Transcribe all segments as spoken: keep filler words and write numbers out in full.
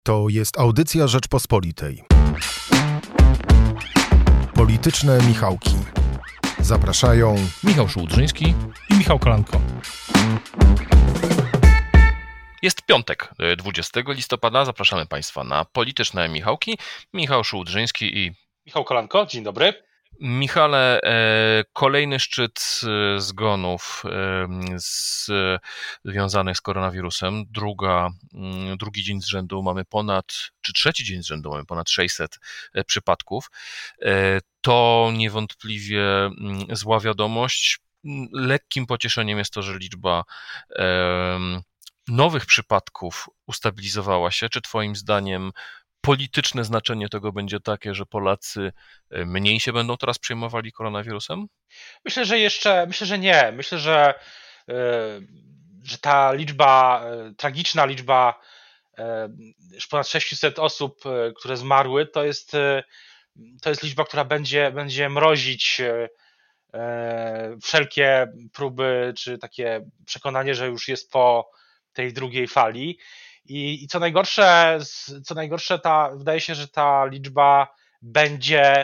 To jest audycja Rzeczpospolitej. Polityczne Michałki. Zapraszają Michał Szułdrzyński i Michał Kolanko. Jest piątek, dwudziestego listopada. Zapraszamy Państwa na Polityczne Michałki. Michał Szułdrzyński i Michał Kolanko. Dzień dobry. Michale, kolejny szczyt zgonów związanych z koronawirusem. Druga, drugi dzień z rzędu mamy ponad, czy trzeci dzień z rzędu mamy ponad sześćset przypadków. To niewątpliwie zła wiadomość. Lekkim pocieszeniem jest to, że liczba nowych przypadków ustabilizowała się. Czy Twoim zdaniem polityczne znaczenie tego będzie takie, że Polacy mniej się będą teraz przejmowali koronawirusem? Myślę, że jeszcze, myślę, że nie. Myślę, że, że ta liczba, tragiczna liczba już ponad sześćset osób, które zmarły, to jest, to jest liczba, która będzie, będzie mrozić wszelkie próby, czy takie przekonanie, że już jest po tej drugiej fali. I, i co najgorsze, co najgorsze ta, wydaje się, że ta liczba będzie,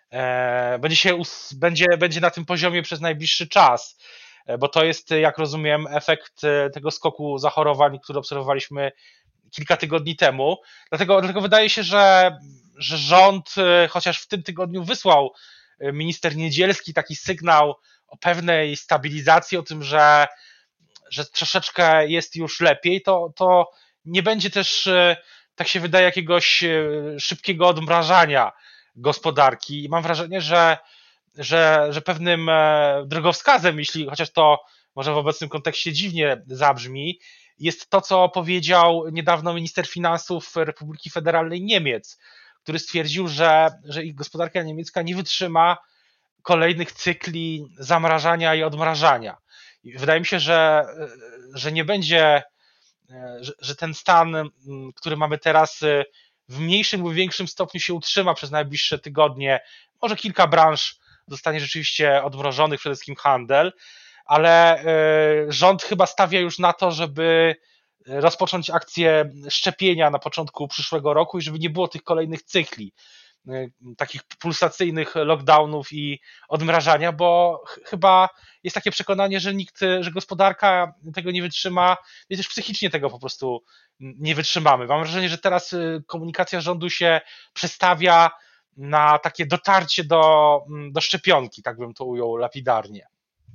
e, będzie, się, będzie, będzie na tym poziomie przez najbliższy czas, bo to jest, jak rozumiem, efekt tego skoku zachorowań, który obserwowaliśmy kilka tygodni temu. Dlatego, dlatego wydaje się, że, że rząd, chociaż w tym tygodniu wysłał minister Niedzielski taki sygnał o pewnej stabilizacji, o tym, że, że troszeczkę jest już lepiej, to, to nie będzie też, tak się wydaje, jakiegoś szybkiego odmrażania gospodarki. I mam wrażenie, że, że, że pewnym drogowskazem, jeśli chociaż to może w obecnym kontekście dziwnie zabrzmi, jest to, co powiedział niedawno minister finansów Republiki Federalnej Niemiec, który stwierdził, że, że ich gospodarka niemiecka nie wytrzyma kolejnych cykli zamrażania i odmrażania. I wydaje mi się, że, że nie będzie Że, że ten stan, który mamy teraz, w mniejszym lub większym stopniu się utrzyma przez najbliższe tygodnie. Może kilka branż zostanie rzeczywiście odmrożonych, przede wszystkim handel, ale rząd chyba stawia już na to, żeby rozpocząć akcję szczepienia na początku przyszłego roku i żeby nie było tych kolejnych cykli, takich pulsacyjnych lockdownów i odmrażania, bo ch- chyba jest takie przekonanie, że nikt, że gospodarka tego nie wytrzyma i też psychicznie tego po prostu nie wytrzymamy. Mam wrażenie, że teraz komunikacja rządu się przestawia na takie dotarcie do, do szczepionki, tak bym to ujął lapidarnie.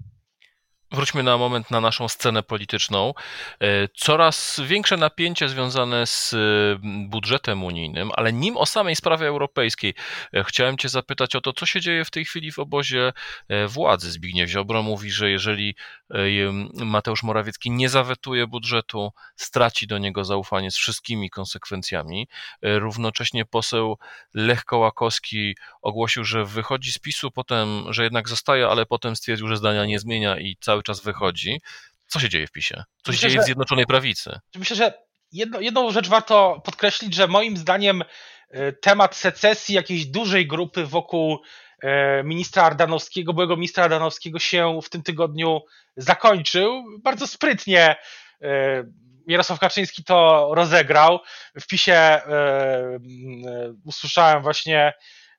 Wróćmy na moment na naszą scenę polityczną. Coraz większe napięcie związane z budżetem unijnym, ale nim o samej sprawie europejskiej, chciałem Cię zapytać o to, co się dzieje w tej chwili w obozie władzy. Zbigniew Ziobro mówi, że jeżeli Mateusz Morawiecki nie zawetuje budżetu, straci do niego zaufanie z wszystkimi konsekwencjami. Równocześnie poseł Lech Kołakowski ogłosił, że wychodzi z PiS-u, potem, że jednak zostaje, ale potem stwierdził, że zdania nie zmienia i cały czas wychodzi. Co się dzieje w PiS-ie? Co się Myślę, dzieje że, w Zjednoczonej Prawicy? myślę, że jedno, jedną rzecz warto podkreślić, że moim zdaniem temat secesji jakiejś dużej grupy wokół ministra Ardanowskiego, byłego ministra Ardanowskiego się w tym tygodniu zakończył. Bardzo sprytnie Jarosław Kaczyński to rozegrał. W PiS-ie usłyszałem właśnie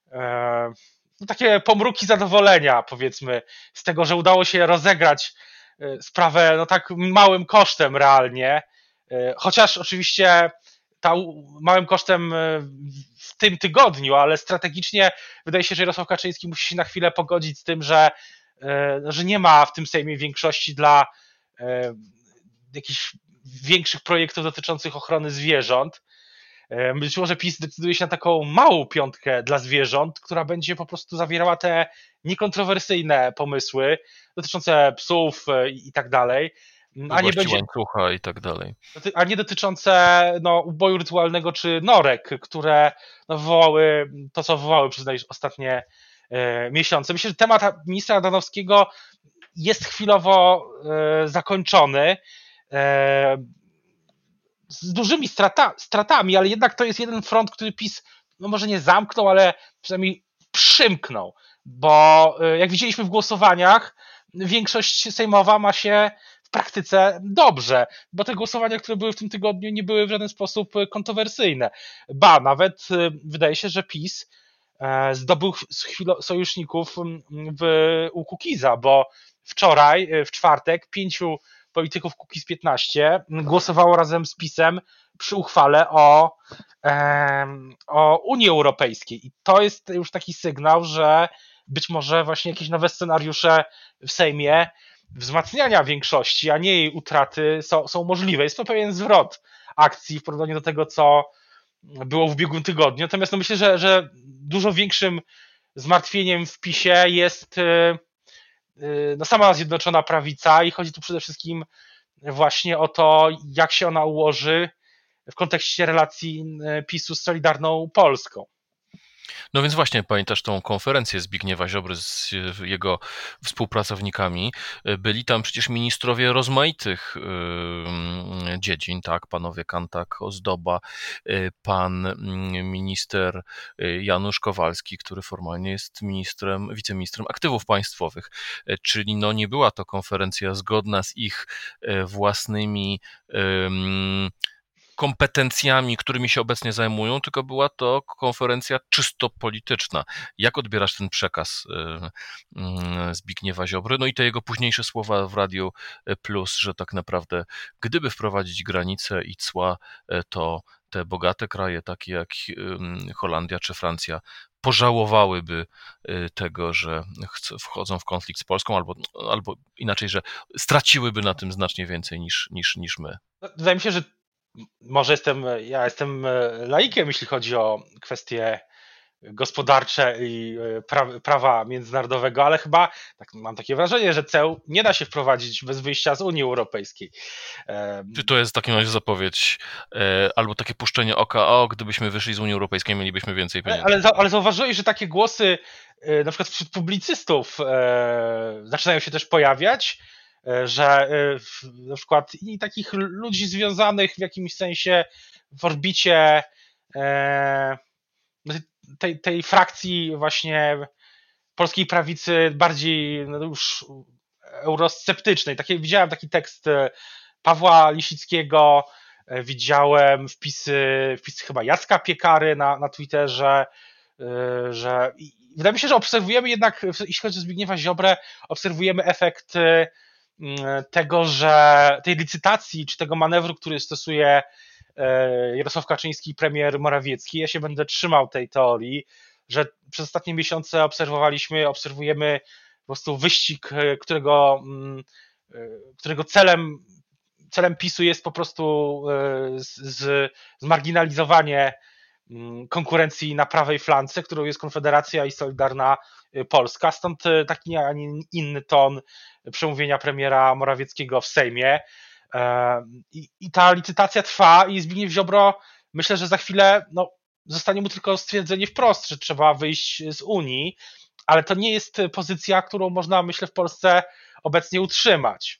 no, takie pomruki zadowolenia, powiedzmy, z tego, że udało się rozegrać sprawę no tak małym kosztem realnie, chociaż oczywiście ta małym kosztem w tym tygodniu, ale strategicznie wydaje się, że Jarosław Kaczyński musi się na chwilę pogodzić z tym, że, że nie ma w tym Sejmie większości dla jakichś większych projektów dotyczących ochrony zwierząt. Być może PiS decyduje się na taką małą piątkę dla zwierząt, która będzie po prostu zawierała te niekontrowersyjne pomysły dotyczące psów i tak dalej, a nie będzie łańcucha i tak dalej. A nie dotyczące no, uboju rytualnego czy norek, które no, wywołały to, co wywołały przez ostatnie e, miesiące. Myślę, że temat ministra Ardanowskiego jest chwilowo e, zakończony. E, z dużymi strata, stratami, ale jednak to jest jeden front, który PiS no może nie zamknął, ale przynajmniej przymknął, bo jak widzieliśmy w głosowaniach, większość sejmowa ma się w praktyce dobrze, bo te głosowania, które były w tym tygodniu, nie były w żaden sposób kontrowersyjne. Ba, nawet wydaje się, że PiS zdobył sojuszników w, u Kukiza, bo wczoraj, w czwartek, pięciu polityków Kukiz piętnaście głosowało razem z PiS-em przy uchwale o, o Unii Europejskiej. I to jest już taki sygnał, że być może właśnie jakieś nowe scenariusze w Sejmie wzmacniania większości, a nie jej utraty są, są możliwe. Jest to pewien zwrot akcji w porównaniu do tego, co było w ubiegłym tygodniu. Natomiast no myślę, że, że dużo większym zmartwieniem w PiSie jest no, sama Zjednoczona Prawica i chodzi tu przede wszystkim właśnie o to, jak się ona ułoży w kontekście relacji PiSu z Solidarną Polską. No więc właśnie, pamiętasz tą konferencję Zbigniewa Ziobry z jego współpracownikami. Byli tam przecież ministrowie rozmaitych dziedzin, tak, panowie Kantak, Ozdoba, pan minister Janusz Kowalski, który formalnie jest ministrem, wiceministrem aktywów państwowych, czyli no nie była to konferencja zgodna z ich własnymi kompetencjami, którymi się obecnie zajmują, tylko była to konferencja czysto polityczna. Jak odbierasz ten przekaz Zbigniewa Ziobry? No i te jego późniejsze słowa w Radiu Plus, że tak naprawdę gdyby wprowadzić granice i cła, to te bogate kraje, takie jak Holandia czy Francja, pożałowałyby tego, że wchodzą w konflikt z Polską, albo, albo inaczej, że straciłyby na tym znacznie więcej niż, niż, niż my. Wydaje mi się, że może jestem, ja jestem laikiem, jeśli chodzi o kwestie gospodarcze i pra, prawa międzynarodowego, ale chyba tak, mam takie wrażenie, że ceł nie da się wprowadzić bez wyjścia z Unii Europejskiej. Czy to jest w takim razie zapowiedź albo takie puszczenie oka, o, gdybyśmy wyszli z Unii Europejskiej, mielibyśmy więcej pieniędzy? Ale, ale zauważyłeś, że takie głosy na przykład wśród publicystów zaczynają się też pojawiać, że na przykład i takich ludzi związanych w jakimś sensie w orbicie tej, tej frakcji właśnie polskiej prawicy bardziej no już eurosceptycznej. Takie, widziałem taki tekst Pawła Lisickiego, widziałem wpisy, wpisy chyba Jacka Piekary na, na Twitterze, że wydaje mi się, że obserwujemy jednak, jeśli chodzi o Zbigniewa Ziobrę, obserwujemy efekt tego, że tej licytacji, czy tego manewru, który stosuje Jarosław Kaczyński i premier Morawiecki. Ja się będę trzymał tej teorii, że przez ostatnie miesiące obserwowaliśmy, obserwujemy po prostu wyścig, którego, którego celem, celem PiSu jest po prostu z, z, zmarginalizowanie konkurencji na prawej flance, którą jest Konfederacja i Solidarna Polska. Stąd taki, a nie inny ton przemówienia premiera Morawieckiego w Sejmie. I, i ta licytacja trwa i Zbigniew Ziobro, myślę, że za chwilę no, zostanie mu tylko stwierdzenie wprost, że trzeba wyjść z Unii, ale to nie jest pozycja, którą można, myślę, w Polsce obecnie utrzymać.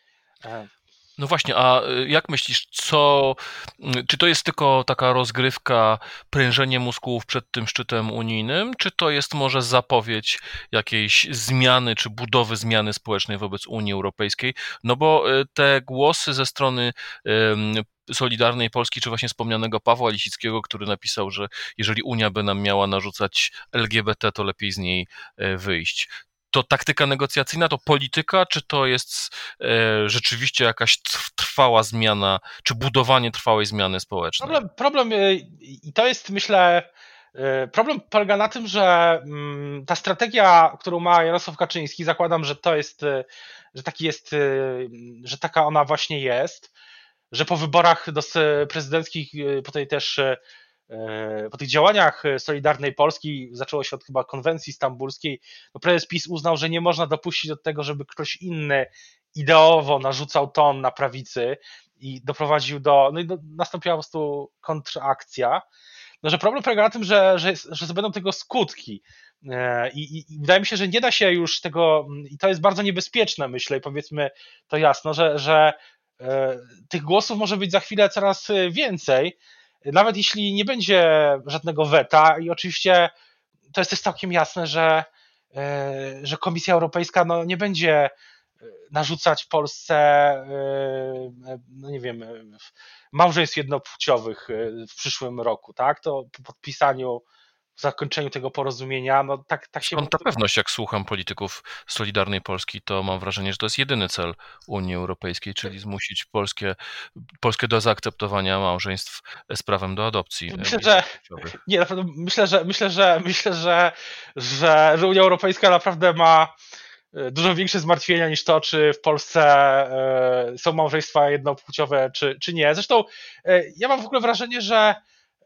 No właśnie, a jak myślisz, co, czy to jest tylko taka rozgrywka, prężenie mózgów przed tym szczytem unijnym, czy to jest może zapowiedź jakiejś zmiany, czy budowy zmiany społecznej wobec Unii Europejskiej? No bo te głosy ze strony Solidarnej Polski, czy właśnie wspomnianego Pawła Lisickiego, który napisał, że jeżeli Unia by nam miała narzucać L G B T, to lepiej z niej wyjść. To taktyka negocjacyjna, to polityka, czy to jest e, rzeczywiście jakaś trwała zmiana, czy budowanie trwałej zmiany społecznej? Problem, problem i to jest, myślę, problem polega na tym, że ta strategia, którą ma Jarosław Kaczyński, zakładam, że to jest, że taki jest, że taka ona właśnie jest, że po wyborach do prezydenckich, po tej też po tych działaniach Solidarnej Polski, zaczęło się od chyba konwencji stambulskiej, no prezes PiS uznał, że nie można dopuścić do tego, żeby ktoś inny ideowo narzucał ton na prawicy i doprowadził do, no i do, nastąpiła po prostu kontrakcja. No, że problem polega na tym, że, że, że będą tego skutki. I, i, I wydaje mi się, że nie da się już tego, i to jest bardzo niebezpieczne, myślę, i powiedzmy to jasno, że, że e, tych głosów może być za chwilę coraz więcej, nawet jeśli nie będzie żadnego weta i oczywiście to jest też całkiem jasne, że, że Komisja Europejska no, nie będzie narzucać Polsce, no nie wiem, małżeństw jednopłciowych w przyszłym roku, tak? To po podpisaniu, zakończeniu tego porozumienia, no tak, tak się... Skąd ta pewność, jak słucham polityków Solidarnej Polski, to mam wrażenie, że to jest jedyny cel Unii Europejskiej, czyli zmusić Polskie, Polskę do zaakceptowania małżeństw z prawem do adopcji. Myślę, że nie, naprawdę myślę, że myślę, że myślę, że, że, że Unia Europejska naprawdę ma dużo większe zmartwienia niż to, czy w Polsce są małżeństwa jednopłciowe, czy, czy nie. Zresztą ja mam w ogóle wrażenie, że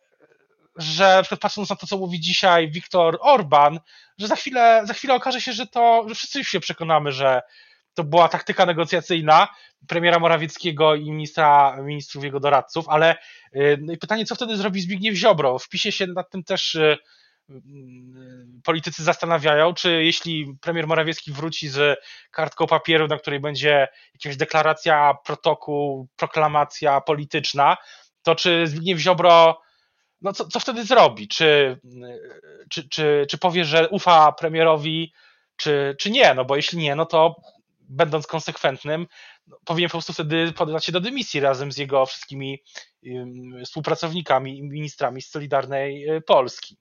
że na przykład patrząc na to, co mówi dzisiaj Viktor Orban, że za chwilę, za chwilę okaże się, że to, że wszyscy już się przekonamy, że to była taktyka negocjacyjna premiera Morawieckiego i ministra, ministrów jego doradców, ale yy, pytanie, co wtedy zrobi Zbigniew Ziobro? W PiSie się nad tym też yy, yy, politycy zastanawiają, czy jeśli premier Morawiecki wróci z kartką papieru, na której będzie jakaś deklaracja, protokół, proklamacja polityczna, to czy Zbigniew Ziobro no co, co wtedy zrobi? Czy, czy, czy, czy powie, że ufa premierowi, czy, czy nie? No bo jeśli nie, no to będąc konsekwentnym, powinien po prostu wtedy podać się do dymisji razem z jego wszystkimi współpracownikami i ministrami z Solidarnej Polski.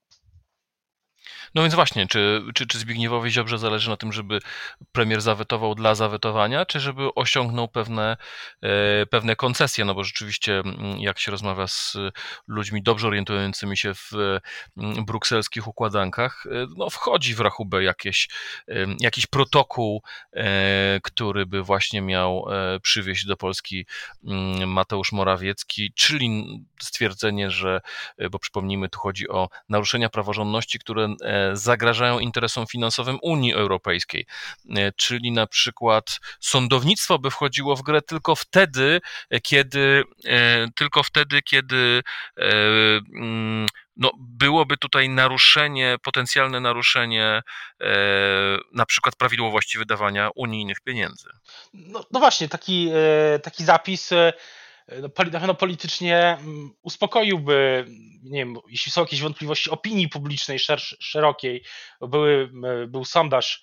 No więc właśnie, czy, czy, czy Zbigniewowi Ziobrze zależy na tym, żeby premier zawetował dla zawetowania, czy żeby osiągnął pewne, pewne koncesje, no bo rzeczywiście jak się rozmawia z ludźmi dobrze orientującymi się w brukselskich układankach, no wchodzi w rachubę jakieś, jakiś protokół, który by właśnie miał przywieźć do Polski Mateusz Morawiecki, czyli stwierdzenie, że, bo przypomnijmy, tu chodzi o naruszenia praworządności, które zagrażają interesom finansowym Unii Europejskiej, czyli na przykład sądownictwo by wchodziło w grę tylko wtedy, kiedy tylko wtedy, kiedy no, byłoby tutaj naruszenie, potencjalne naruszenie na przykład prawidłowości wydawania unijnych pieniędzy. No, no właśnie, taki, taki zapis na pewno politycznie uspokoiłby, nie wiem, jeśli są jakieś wątpliwości opinii publicznej szer- szerokiej, były, był sondaż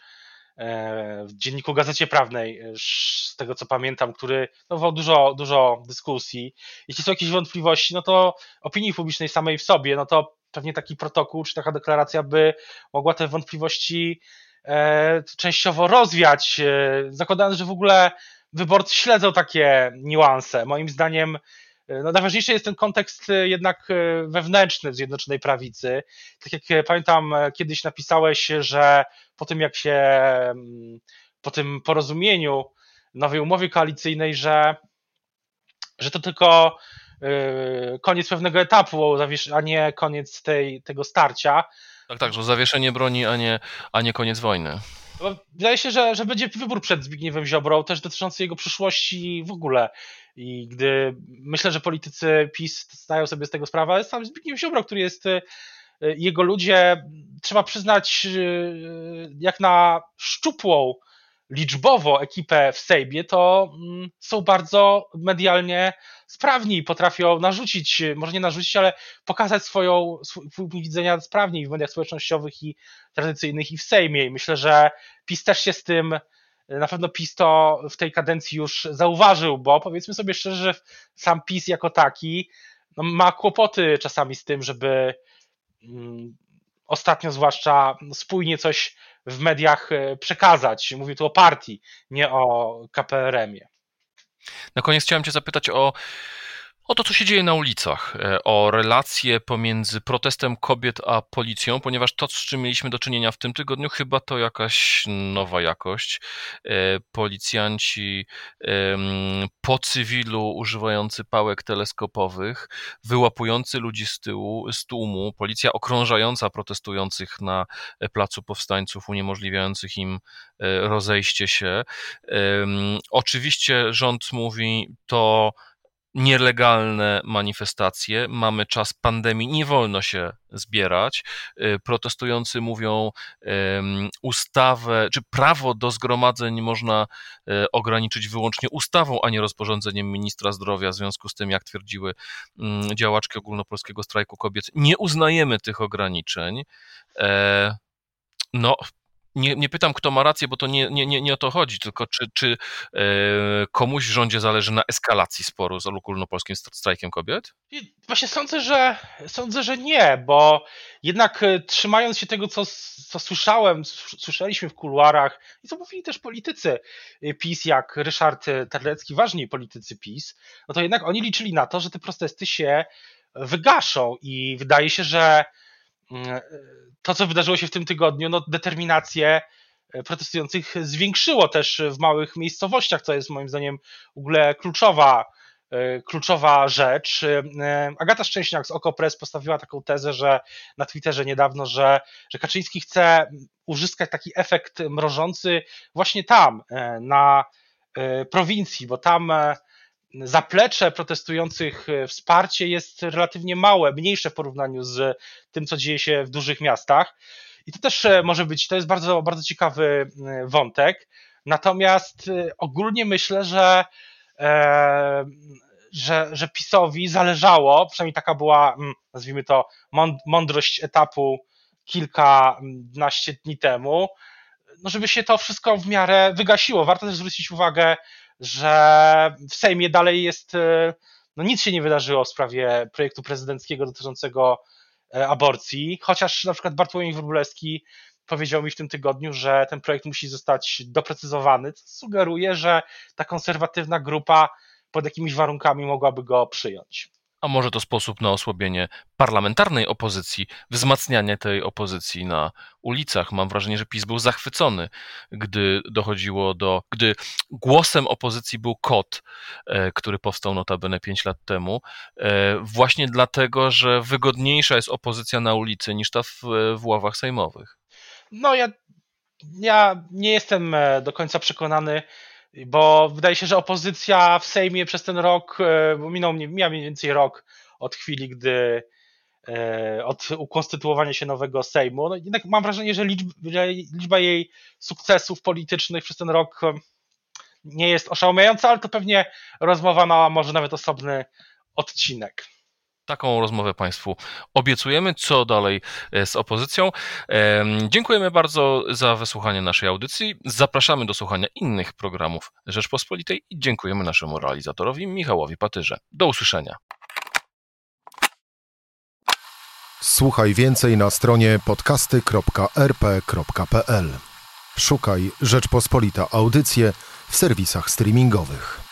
w dzienniku Gazecie Prawnej, z tego co pamiętam, który wywołał dużo, dużo dyskusji. Jeśli są jakieś wątpliwości, no to opinii publicznej samej w sobie, no to pewnie taki protokół czy taka deklaracja by mogła te wątpliwości częściowo rozwiać, zakładając, że w ogóle wyborcy śledzą takie niuanse. Moim zdaniem no, najważniejszy jest ten kontekst jednak wewnętrzny w Zjednoczonej Prawicy. Tak jak pamiętam, kiedyś napisałeś, że po tym jak się, po tym porozumieniu, nowej umowie koalicyjnej, że, że to tylko koniec pewnego etapu, a nie koniec tej, tego starcia. Tak, tak, że zawieszenie broni, a nie, a nie koniec wojny. Wydaje się, że, że będzie wybór przed Zbigniewem Ziobrą, też dotyczący jego przyszłości w ogóle. I gdy myślę, że politycy PiS zdają sobie z tego sprawę, ale sam Zbigniew Ziobro, który jest, jego ludzie, trzeba przyznać, jak na szczupłą liczbowo ekipę w Sejmie, to są bardzo medialnie sprawni i potrafią narzucić, może nie narzucić, ale pokazać swoją, swój punkt widzenia sprawniej w mediach społecznościowych i tradycyjnych i w Sejmie. I myślę, że PiS też się z tym, na pewno PiS to w tej kadencji już zauważył, bo powiedzmy sobie szczerze, że sam PiS jako taki no, ma kłopoty czasami z tym, żeby mm, ostatnio zwłaszcza spójnie coś w mediach przekazać. Mówię tu o partii, nie o K P R M ie. Na koniec chciałem cię zapytać o, o to, co się dzieje na ulicach, o relacje pomiędzy protestem kobiet a policją, ponieważ to, z czym mieliśmy do czynienia w tym tygodniu, chyba to jakaś nowa jakość. Policjanci po cywilu używający pałek teleskopowych, wyłapujący ludzi z tyłu, z tłumu, policja okrążająca protestujących na Placu Powstańców, uniemożliwiających im rozejście się. Oczywiście rząd mówi, to nielegalne manifestacje, mamy czas pandemii, nie wolno się zbierać. Protestujący mówią, ustawę, czy prawo do zgromadzeń można ograniczyć wyłącznie ustawą, a nie rozporządzeniem ministra zdrowia. W związku z tym, jak twierdziły działaczki ogólnopolskiego strajku kobiet, nie uznajemy tych ograniczeń. No, Nie, nie pytam, kto ma rację, bo to nie, nie, nie, nie o to chodzi, tylko czy, czy e, komuś w rządzie zależy na eskalacji sporu z ogólnopolskim strajkiem kobiet? I właśnie sądzę, że sądzę, że nie, bo jednak e, trzymając się tego, co, co słyszałem, s- słyszeliśmy w kuluarach i co mówili też politycy e, PiS, jak Ryszard e, Terlecki, ważni politycy PiS, no to jednak oni liczyli na to, że te protesty się wygaszą i wydaje się, że mm, to, co wydarzyło się w tym tygodniu, no determinację e, protestujących zwiększyło też w małych miejscowościach, co jest moim zdaniem w ogóle kluczowa, e, kluczowa rzecz. E, Agata Szczęśniak z Okopres postawiła taką tezę, że na Twitterze niedawno, że, że Kaczyński chce uzyskać taki efekt mrożący właśnie tam, e, na e, prowincji, bo tam e, zaplecze protestujących e, wsparcie jest relatywnie małe, mniejsze w porównaniu z tym, co dzieje się w dużych miastach. I to też e, może być, to jest bardzo, bardzo ciekawy e, wątek. Natomiast e, ogólnie myślę, że, e, że, że PiS-owi zależało, przynajmniej taka była, mm, nazwijmy to, mąd- mądrość etapu kilkanaście dni temu, no żeby się to wszystko w miarę wygasiło. Warto też zwrócić uwagę, że w Sejmie dalej jest, e, no nic się nie wydarzyło w sprawie projektu prezydenckiego dotyczącego e, aborcji, chociaż na przykład Bartłomiej Wróblewski powiedział mi w tym tygodniu, że ten projekt musi zostać doprecyzowany, co sugeruje, że ta konserwatywna grupa pod jakimiś warunkami mogłaby go przyjąć. A może to sposób na osłabienie parlamentarnej opozycji, wzmacnianie tej opozycji na ulicach? Mam wrażenie, że PiS był zachwycony, gdy dochodziło do, gdy głosem opozycji był KOT, e, który powstał notabene pięć lat temu, e, właśnie dlatego, że wygodniejsza jest opozycja na ulicy niż ta w, w ławach sejmowych. No ja, ja nie jestem e, do końca przekonany, bo wydaje się, że opozycja w Sejmie przez ten rok, e, bo minął mniej, mija mniej więcej rok od chwili, gdy e, od ukonstytuowania się nowego Sejmu. No jednak mam wrażenie, że liczba, że liczba jej sukcesów politycznych przez ten rok e, nie jest oszałamiająca, ale to pewnie rozmowa na może nawet osobny odcinek. Taką rozmowę Państwu obiecujemy. Co dalej z opozycją? Dziękujemy bardzo za wysłuchanie naszej audycji. Zapraszamy do słuchania innych programów Rzeczpospolitej i dziękujemy naszemu realizatorowi Michałowi Patyrze. Do usłyszenia. Słuchaj więcej na stronie podcasty kropka er pe kropka pe el. Szukaj Rzeczpospolita Audycje w serwisach streamingowych.